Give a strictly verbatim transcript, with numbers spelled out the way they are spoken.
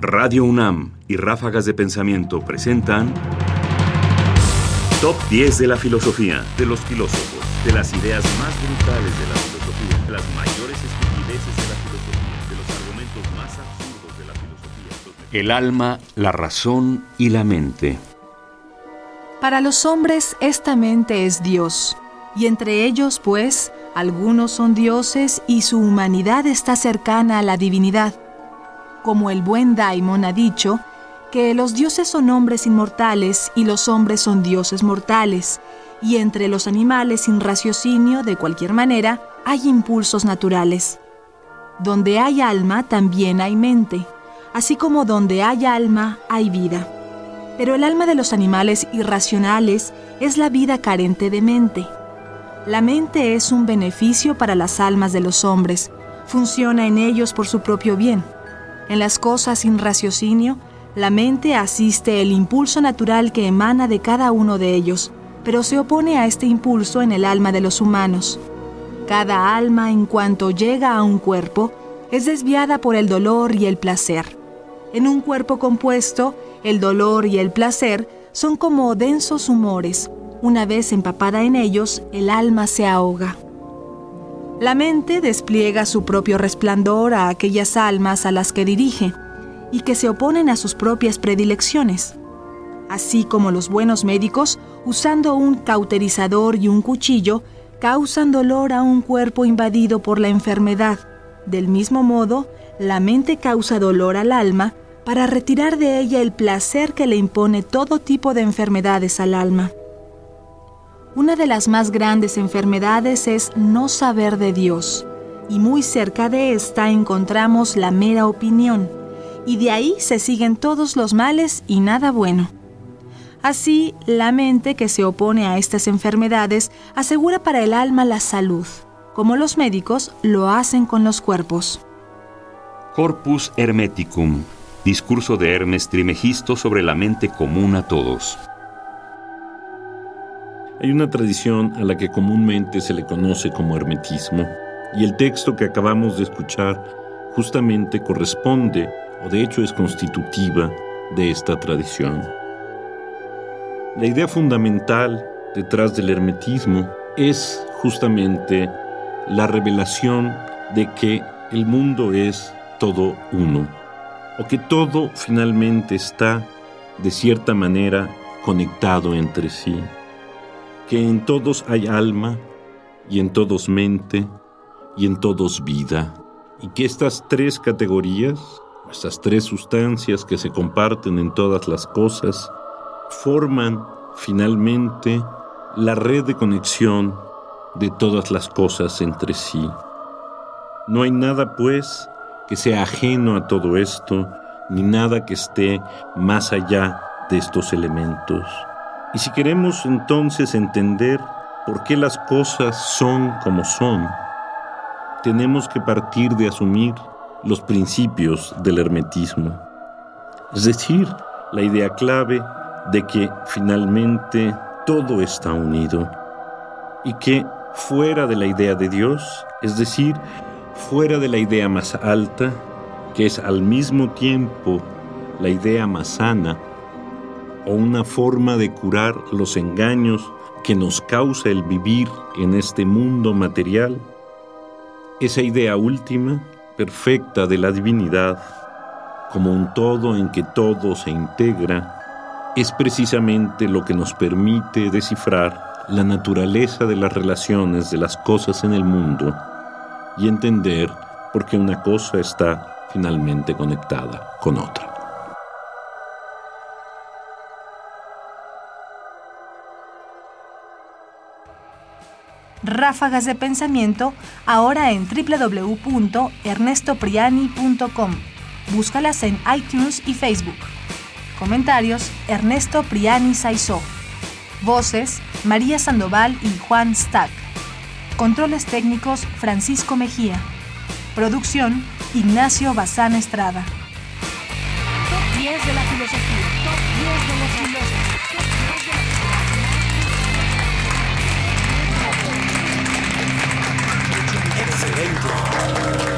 Radio UNAM y Ráfagas de Pensamiento presentan Top diez de la Filosofía, de los filósofos, de las ideas más brutales de la filosofía, de las mayores estupideces de la filosofía, de los argumentos más absurdos de la filosofía. El alma, la razón y la mente. Para los hombres esta mente es Dios, y entre ellos, pues, algunos son dioses y su humanidad está cercana a la divinidad. Como el buen Daimon ha dicho, que los dioses son hombres inmortales y los hombres son dioses mortales, y entre los animales sin raciocinio, de cualquier manera, hay impulsos naturales. Donde hay alma, también hay mente, así como donde hay alma, hay vida. Pero el alma de los animales irracionales es la vida carente de mente. La mente es un beneficio para las almas de los hombres, funciona en ellos por su propio bien. En las cosas sin raciocinio, la mente asiste el impulso natural que emana de cada uno de ellos, pero se opone a este impulso en el alma de los humanos. Cada alma, en cuanto llega a un cuerpo, es desviada por el dolor y el placer. En un cuerpo compuesto, el dolor y el placer son como densos humores. Una vez empapada en ellos, el alma se ahoga. La mente despliega su propio resplandor a aquellas almas a las que dirige y que se oponen a sus propias predilecciones. Así como los buenos médicos, usando un cauterizador y un cuchillo, causan dolor a un cuerpo invadido por la enfermedad. Del mismo modo, la mente causa dolor al alma para retirar de ella el placer que le impone todo tipo de enfermedades al alma. Una de las más grandes enfermedades es no saber de Dios, y muy cerca de esta encontramos la mera opinión, y de ahí se siguen todos los males y nada bueno. Así, la mente que se opone a estas enfermedades asegura para el alma la salud, como los médicos lo hacen con los cuerpos. Corpus Hermeticum, discurso de Hermes Trimegisto sobre la mente común a todos. Hay una tradición a la que comúnmente se le conoce como hermetismo, y el texto que acabamos de escuchar justamente corresponde, o de hecho es constitutiva, de esta tradición. La idea fundamental detrás del hermetismo es justamente la revelación de que el mundo es todo uno, o que todo finalmente está, de cierta manera, conectado entre sí. Que en todos hay alma, y en todos mente, y en todos vida, y que estas tres categorías, estas tres sustancias que se comparten en todas las cosas, forman finalmente la red de conexión de todas las cosas entre sí. No hay nada, pues, que sea ajeno a todo esto, ni nada que esté más allá de estos elementos. Y si queremos entonces entender por qué las cosas son como son, tenemos que partir de asumir los principios del hermetismo. Es decir, la idea clave de que finalmente todo está unido y que fuera de la idea de Dios, es decir, fuera de la idea más alta, que es al mismo tiempo la idea más sana, o una forma de curar los engaños que nos causa el vivir en este mundo material, esa idea última, perfecta de la divinidad, como un todo en que todo se integra, es precisamente lo que nos permite descifrar la naturaleza de las relaciones de las cosas en el mundo y entender por qué una cosa está finalmente conectada con otra. Ráfagas de Pensamiento, ahora en doble u doble u doble u punto ernesto priani punto com. Búscalas en iTunes y Facebook. Comentarios: Ernesto Priani Saizó. Voces: María Sandoval y Juan Stack. Controles técnicos: Francisco Mejía. Producción: Ignacio Bazán Estrada. Top diez de la filosofía. Top diez de los filósofos. Excelente.